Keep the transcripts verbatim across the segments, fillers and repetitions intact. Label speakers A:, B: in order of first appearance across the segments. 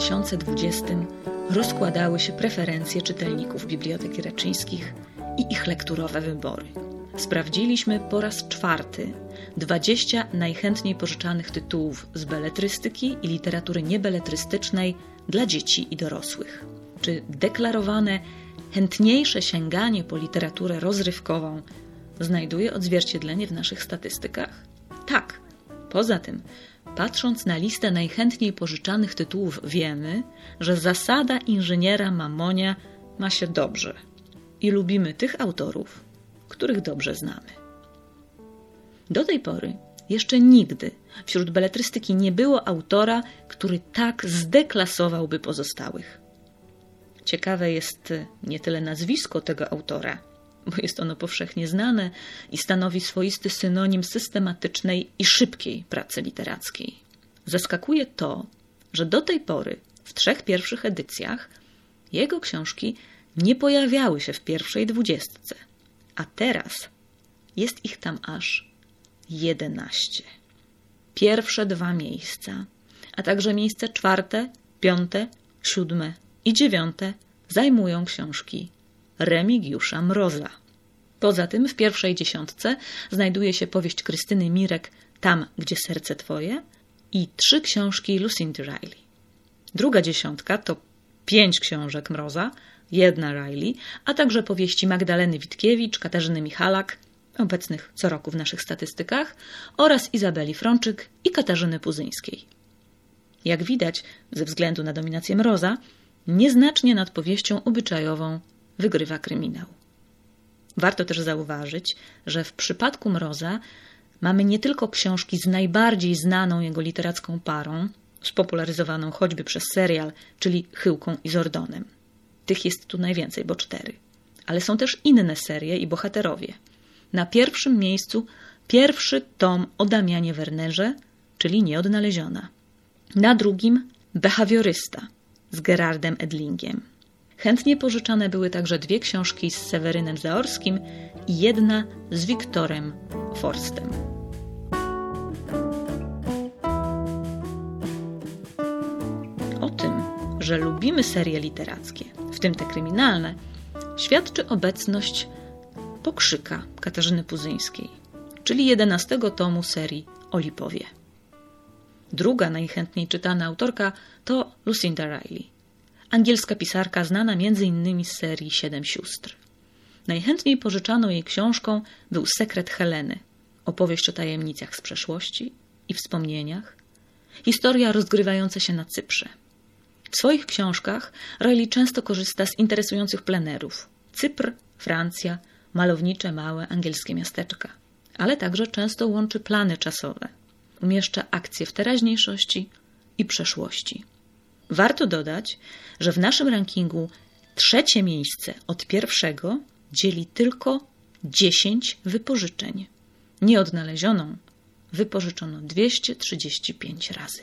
A: tysiące dwudziestym rozkładały się preferencje czytelników Biblioteki Raczyńskich i ich lekturowe wybory. Sprawdziliśmy po raz czwarty dwadzieścia najchętniej pożyczanych tytułów z beletrystyki i literatury niebeletrystycznej dla dzieci i dorosłych. Czy deklarowane chętniejsze sięganie po literaturę rozrywkową znajduje odzwierciedlenie w naszych statystykach? Tak. Poza tym, patrząc na listę najchętniej pożyczanych tytułów, wiemy, że zasada inżyniera Mamonia ma się dobrze i lubimy tych autorów, których dobrze znamy. Do tej pory jeszcze nigdy wśród beletrystyki nie było autora, który tak zdeklasowałby pozostałych. Ciekawe jest nie tyle nazwisko tego autora, bo jest ono powszechnie znane i stanowi swoisty synonim systematycznej i szybkiej pracy literackiej. Zaskakuje to, że do tej pory w trzech pierwszych edycjach jego książki nie pojawiały się w pierwszej dwudziestce, a teraz jest ich tam aż jedenaście. Pierwsze dwa miejsca, a także miejsce czwarte, piąte, siódme i dziewiąte zajmują książki Remigiusza Mroza. Poza tym w pierwszej dziesiątce znajduje się powieść Krystyny Mirek Tam, gdzie serce twoje i trzy książki Lucindy Riley. Druga dziesiątka to pięć książek Mroza, jedna Riley, a także powieści Magdaleny Witkiewicz, Katarzyny Michalak, obecnych co roku w naszych statystykach, oraz Izabeli Frączyk i Katarzyny Puzyńskiej. Jak widać, ze względu na dominację Mroza, nieznacznie nad powieścią obyczajową wygrywa kryminał. Warto też zauważyć, że w przypadku Mroza mamy nie tylko książki z najbardziej znaną jego literacką parą, spopularyzowaną choćby przez serial, czyli Chyłką i Zordonem. Tych jest tu najwięcej, bo cztery. Ale są też inne serie i bohaterowie. Na pierwszym miejscu pierwszy tom o Damianie Wernerze, czyli Nieodnaleziona. Na drugim Behawiorysta z Gerardem Edlingiem. Chętnie pożyczane były także dwie książki z Sewerynem Zaorskim i jedna z Wiktorem Forstem. O tym, że lubimy serie literackie, w tym te kryminalne, świadczy obecność Pokrzyka Katarzyny Puzyńskiej, czyli jedenastego tomu serii o Lipowie. Druga najchętniej czytana autorka to Lucinda Riley, angielska pisarka znana między innymi z serii Siedem sióstr. Najchętniej pożyczaną jej książką był Sekret Heleny, opowieść o tajemnicach z przeszłości i wspomnieniach, historia rozgrywająca się na Cyprze. W swoich książkach Riley często korzysta z interesujących plenerów: Cypr, Francja, malownicze, małe angielskie miasteczka, ale także często łączy plany czasowe. Umieszcza akcje w teraźniejszości i przeszłości. Warto dodać, że w naszym rankingu trzecie miejsce od pierwszego dzieli tylko dziesięć wypożyczeń. Nieodnalezioną wypożyczono dwieście trzydzieści pięć razy.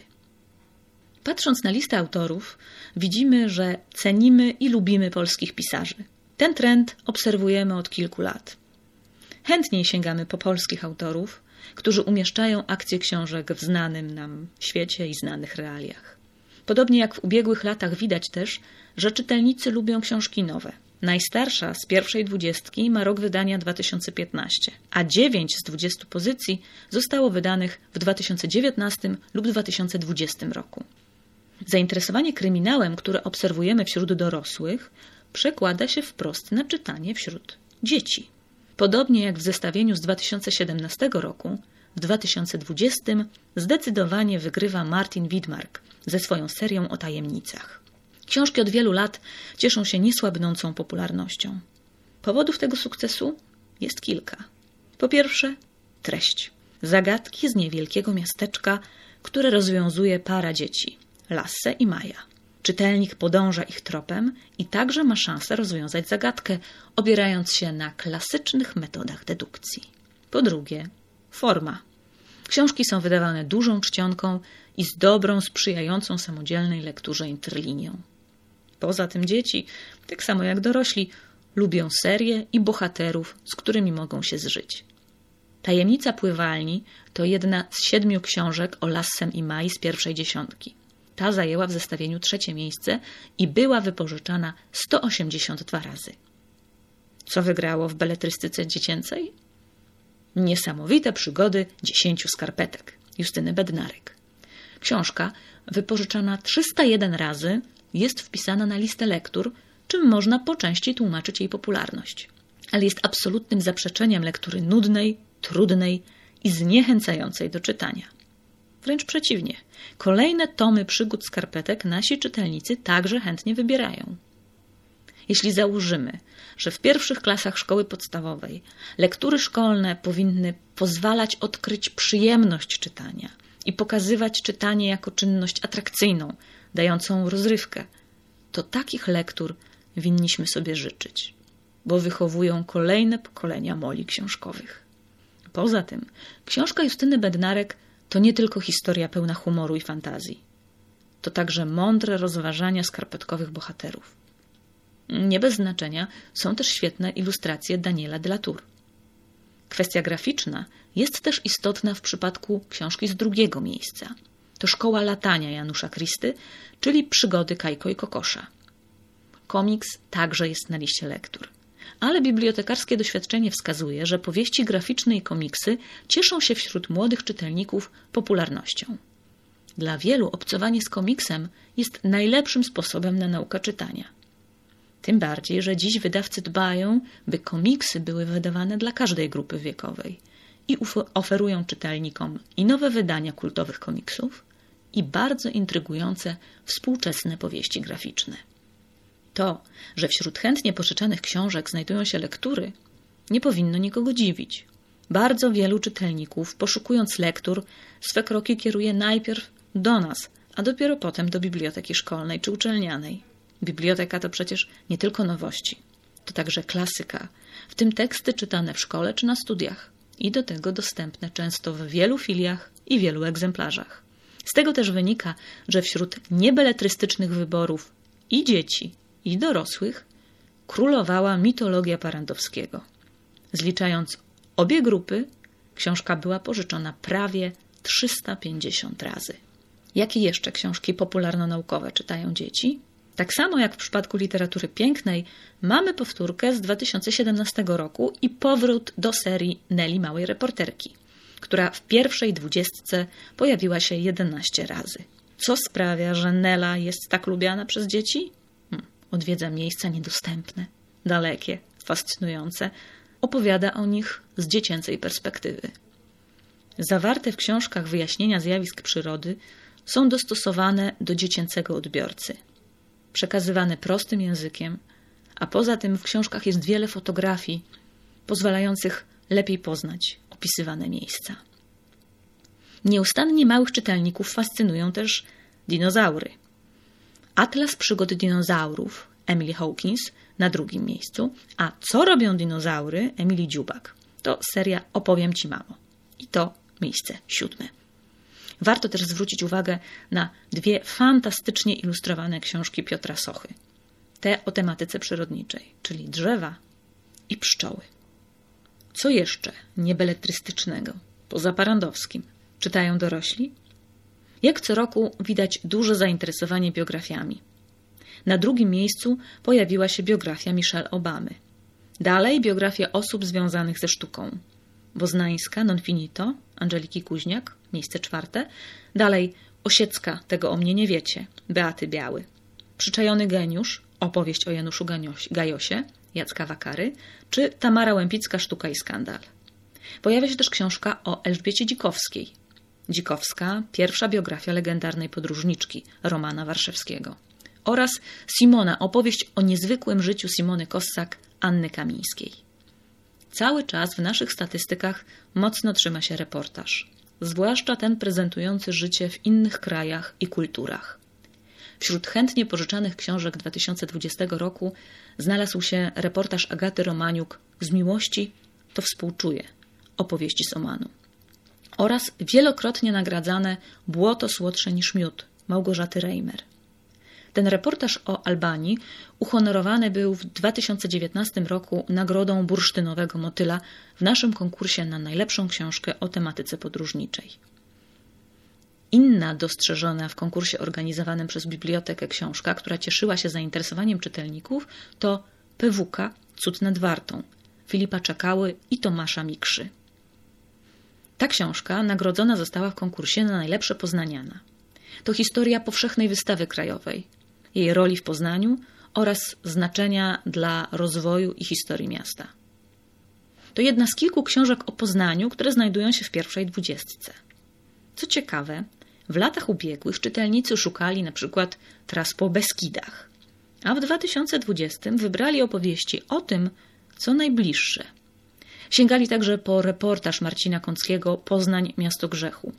A: Patrząc na listę autorów, widzimy, że cenimy i lubimy polskich pisarzy. Ten trend obserwujemy od kilku lat. Chętniej sięgamy po polskich autorów, którzy umieszczają akcje książek w znanym nam świecie i znanych realiach. Podobnie jak w ubiegłych latach widać też, że czytelnicy lubią książki nowe. Najstarsza z pierwszej dwudziestki ma rok wydania dwa tysiące piętnasty, a dziewięć z dwudziestu pozycji zostało wydanych w dwa tysiące dziewiętnastym lub dwa tysiące dwudziestym roku. Zainteresowanie kryminałem, które obserwujemy wśród dorosłych, przekłada się wprost na czytanie wśród dzieci. Podobnie jak w zestawieniu z dwa tysiące siedemnastego roku, w dwa tysiące dwudziestym zdecydowanie wygrywa Martin Widmark ze swoją serią o tajemnicach. Książki od wielu lat cieszą się niesłabnącą popularnością. Powodów tego sukcesu jest kilka. Po pierwsze, treść. Zagadki z niewielkiego miasteczka, które rozwiązuje para dzieci, Lasse i Maja. Czytelnik podąża ich tropem i także ma szansę rozwiązać zagadkę, opierając się na klasycznych metodach dedukcji. Po drugie, forma. Książki są wydawane dużą czcionką i z dobrą, sprzyjającą samodzielnej lekturze interlinią. Poza tym dzieci, tak samo jak dorośli, lubią serie i bohaterów, z którymi mogą się zżyć. Tajemnica pływalni to jedna z siedmiu książek o Lassem i Mai z pierwszej dziesiątki. Ta zajęła w zestawieniu trzecie miejsce i była wypożyczana sto osiemdziesiąt dwa razy. Co wygrało w beletrystyce dziecięcej? Niesamowite przygody dziesięciu skarpetek Justyny Bednarek. Książka, wypożyczana trzysta jeden razy, jest wpisana na listę lektur, czym można po części tłumaczyć jej popularność. Ale jest absolutnym zaprzeczeniem lektury nudnej, trudnej i zniechęcającej do czytania. Wręcz przeciwnie, kolejne tomy przygód skarpetek nasi czytelnicy także chętnie wybierają. Jeśli założymy, że w pierwszych klasach szkoły podstawowej lektury szkolne powinny pozwalać odkryć przyjemność czytania i pokazywać czytanie jako czynność atrakcyjną, dającą rozrywkę, to takich lektur winniśmy sobie życzyć, bo wychowują kolejne pokolenia moli książkowych. Poza tym, książka Justyny Bednarek to nie tylko historia pełna humoru i fantazji. To także mądre rozważania skarpetkowych bohaterów. Nie bez znaczenia są też świetne ilustracje Daniela de la Tour. Kwestia graficzna jest też istotna w przypadku książki z drugiego miejsca. To Szkoła latania Janusza Christy, czyli Przygody Kajko i Kokosza. Komiks także jest na liście lektur. Ale bibliotekarskie doświadczenie wskazuje, że powieści graficzne i komiksy cieszą się wśród młodych czytelników popularnością. Dla wielu obcowanie z komiksem jest najlepszym sposobem na naukę czytania. Tym bardziej, że dziś wydawcy dbają, by komiksy były wydawane dla każdej grupy wiekowej i oferują czytelnikom i nowe wydania kultowych komiksów, i bardzo intrygujące współczesne powieści graficzne. To, że wśród chętnie pożyczanych książek znajdują się lektury, nie powinno nikogo dziwić. Bardzo wielu czytelników, poszukując lektur, swe kroki kieruje najpierw do nas, a dopiero potem do biblioteki szkolnej czy uczelnianej. Biblioteka to przecież nie tylko nowości, to także klasyka, w tym teksty czytane w szkole czy na studiach i do tego dostępne często w wielu filiach i wielu egzemplarzach. Z tego też wynika, że wśród niebeletrystycznych wyborów i dzieci, i dorosłych królowała mitologia Parandowskiego. Zliczając obie grupy, książka była pożyczona prawie trzysta pięćdziesiąt razy. Jakie jeszcze książki popularno-naukowe czytają dzieci? Tak samo jak w przypadku literatury pięknej, mamy powtórkę z dwa tysiące siedemnastego roku i powrót do serii Nelly Małej Reporterki, która w pierwszej dwudziestce pojawiła się jedenaście razy. Co sprawia, że Nela jest tak lubiana przez dzieci? Hmm. Odwiedza miejsca niedostępne, dalekie, fascynujące. Opowiada o nich z dziecięcej perspektywy. Zawarte w książkach wyjaśnienia zjawisk przyrody są dostosowane do dziecięcego odbiorcy. Przekazywane prostym językiem, a poza tym w książkach jest wiele fotografii pozwalających lepiej poznać opisywane miejsca. Nieustannie małych czytelników fascynują też dinozaury. Atlas przygód dinozaurów Emily Hawkins na drugim miejscu, a Co robią dinozaury Emily Dziubak. To seria Opowiem Ci, mamo. I to miejsce siódme. Warto też zwrócić uwagę na dwie fantastycznie ilustrowane książki Piotra Sochy. Te o tematyce przyrodniczej, czyli drzewa i pszczoły. Co jeszcze niebeletrystycznego, poza Parandowskim, czytają dorośli? Jak co roku widać duże zainteresowanie biografiami. Na drugim miejscu pojawiła się biografia Michelle Obamy. Dalej biografia osób związanych ze sztuką. Boznańska, Non Finito, Angeliki Kuźniak, miejsce czwarte. Dalej Osiecka, Tego o mnie nie wiecie, Beaty Biały. Przyczajony geniusz, opowieść o Januszu Gajosie, Jacka Wakary, czy Tamara Łępicka, Sztuka i skandal. Pojawia się też książka o Elżbiecie Dzikowskiej. Dzikowska, pierwsza biografia legendarnej podróżniczki Romana Warszewskiego. Oraz Simona, opowieść o niezwykłym życiu Simony Kossak, Anny Kamińskiej. Cały czas w naszych statystykach mocno trzyma się reportaż, zwłaszcza ten prezentujący życie w innych krajach i kulturach. Wśród chętnie pożyczanych książek dwa tysiące dwudziestego roku znalazł się reportaż Agaty Romaniuk Z miłości to współczuję, opowieści z Omanu. Oraz wielokrotnie nagradzane Błoto słodsze niż miód Małgorzaty Reimer. Ten reportaż o Albanii uhonorowany był w dwa tysiące dziewiętnastym roku nagrodą Bursztynowego Motyla w naszym konkursie na najlepszą książkę o tematyce podróżniczej. Inna dostrzeżona w konkursie organizowanym przez Bibliotekę książka, która cieszyła się zainteresowaniem czytelników, to Pewuka Cud nad Wartą Filipa Czekały i Tomasza Mikrzy. Ta książka nagrodzona została w konkursie na najlepsze poznaniana. To historia powszechnej wystawy krajowej, jej roli w Poznaniu oraz znaczenia dla rozwoju i historii miasta. To jedna z kilku książek o Poznaniu, które znajdują się w pierwszej dwudziestce. Co ciekawe, w latach ubiegłych czytelnicy szukali na przykład tras po Beskidach, a w dwa tysiące dwudziestym wybrali opowieści o tym, co najbliższe. Sięgali także po reportaż Marcina Kąckiego „Poznań, miasto grzechu”.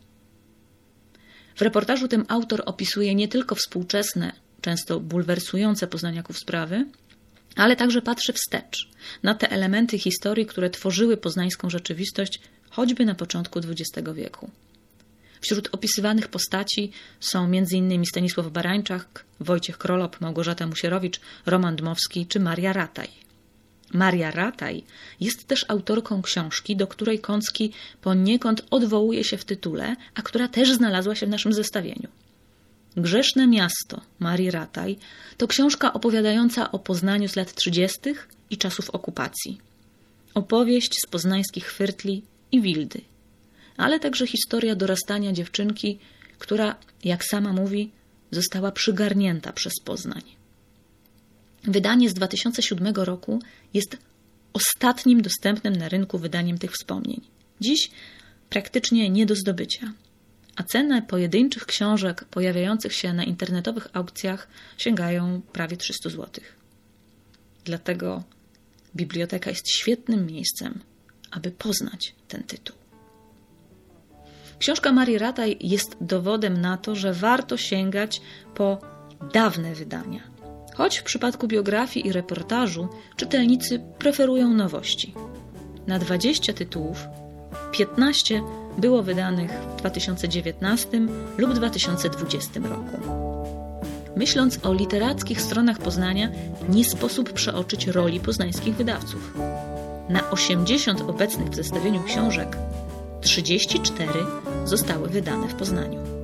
A: W reportażu tym autor opisuje nie tylko współczesne, często bulwersujące poznaniaków sprawy, ale także patrzy wstecz na te elementy historii, które tworzyły poznańską rzeczywistość choćby na początku dwudziestego wieku. Wśród opisywanych postaci są między innymi Stanisław Barańczak, Wojciech Krolop, Małgorzata Musierowicz, Roman Dmowski czy Maria Rataj. Maria Rataj jest też autorką książki, do której Kącki poniekąd odwołuje się w tytule, a która też znalazła się w naszym zestawieniu. Grzeszne miasto Marii Rataj to książka opowiadająca o Poznaniu z lat trzydziestych i czasów okupacji. Opowieść z poznańskich Fyrtli i Wildy, ale także historia dorastania dziewczynki, która, jak sama mówi, została przygarnięta przez Poznań. Wydanie z dwa tysiące siódmego roku jest ostatnim dostępnym na rynku wydaniem tych wspomnień. Dziś praktycznie nie do zdobycia, a ceny pojedynczych książek pojawiających się na internetowych aukcjach sięgają prawie trzysta złotych. Dlatego biblioteka jest świetnym miejscem, aby poznać ten tytuł. Książka Marii Rataj jest dowodem na to, że warto sięgać po dawne wydania. Choć w przypadku biografii i reportażu czytelnicy preferują nowości. Na dwadzieścia tytułów piętnaście było wydanych w dwa tysiące dziewiętnastym lub dwa tysiące dwudziestym roku. Myśląc o literackich stronach Poznania, nie sposób przeoczyć roli poznańskich wydawców. Na osiemdziesiąt obecnych w zestawieniu książek trzydzieści cztery zostały wydane w Poznaniu.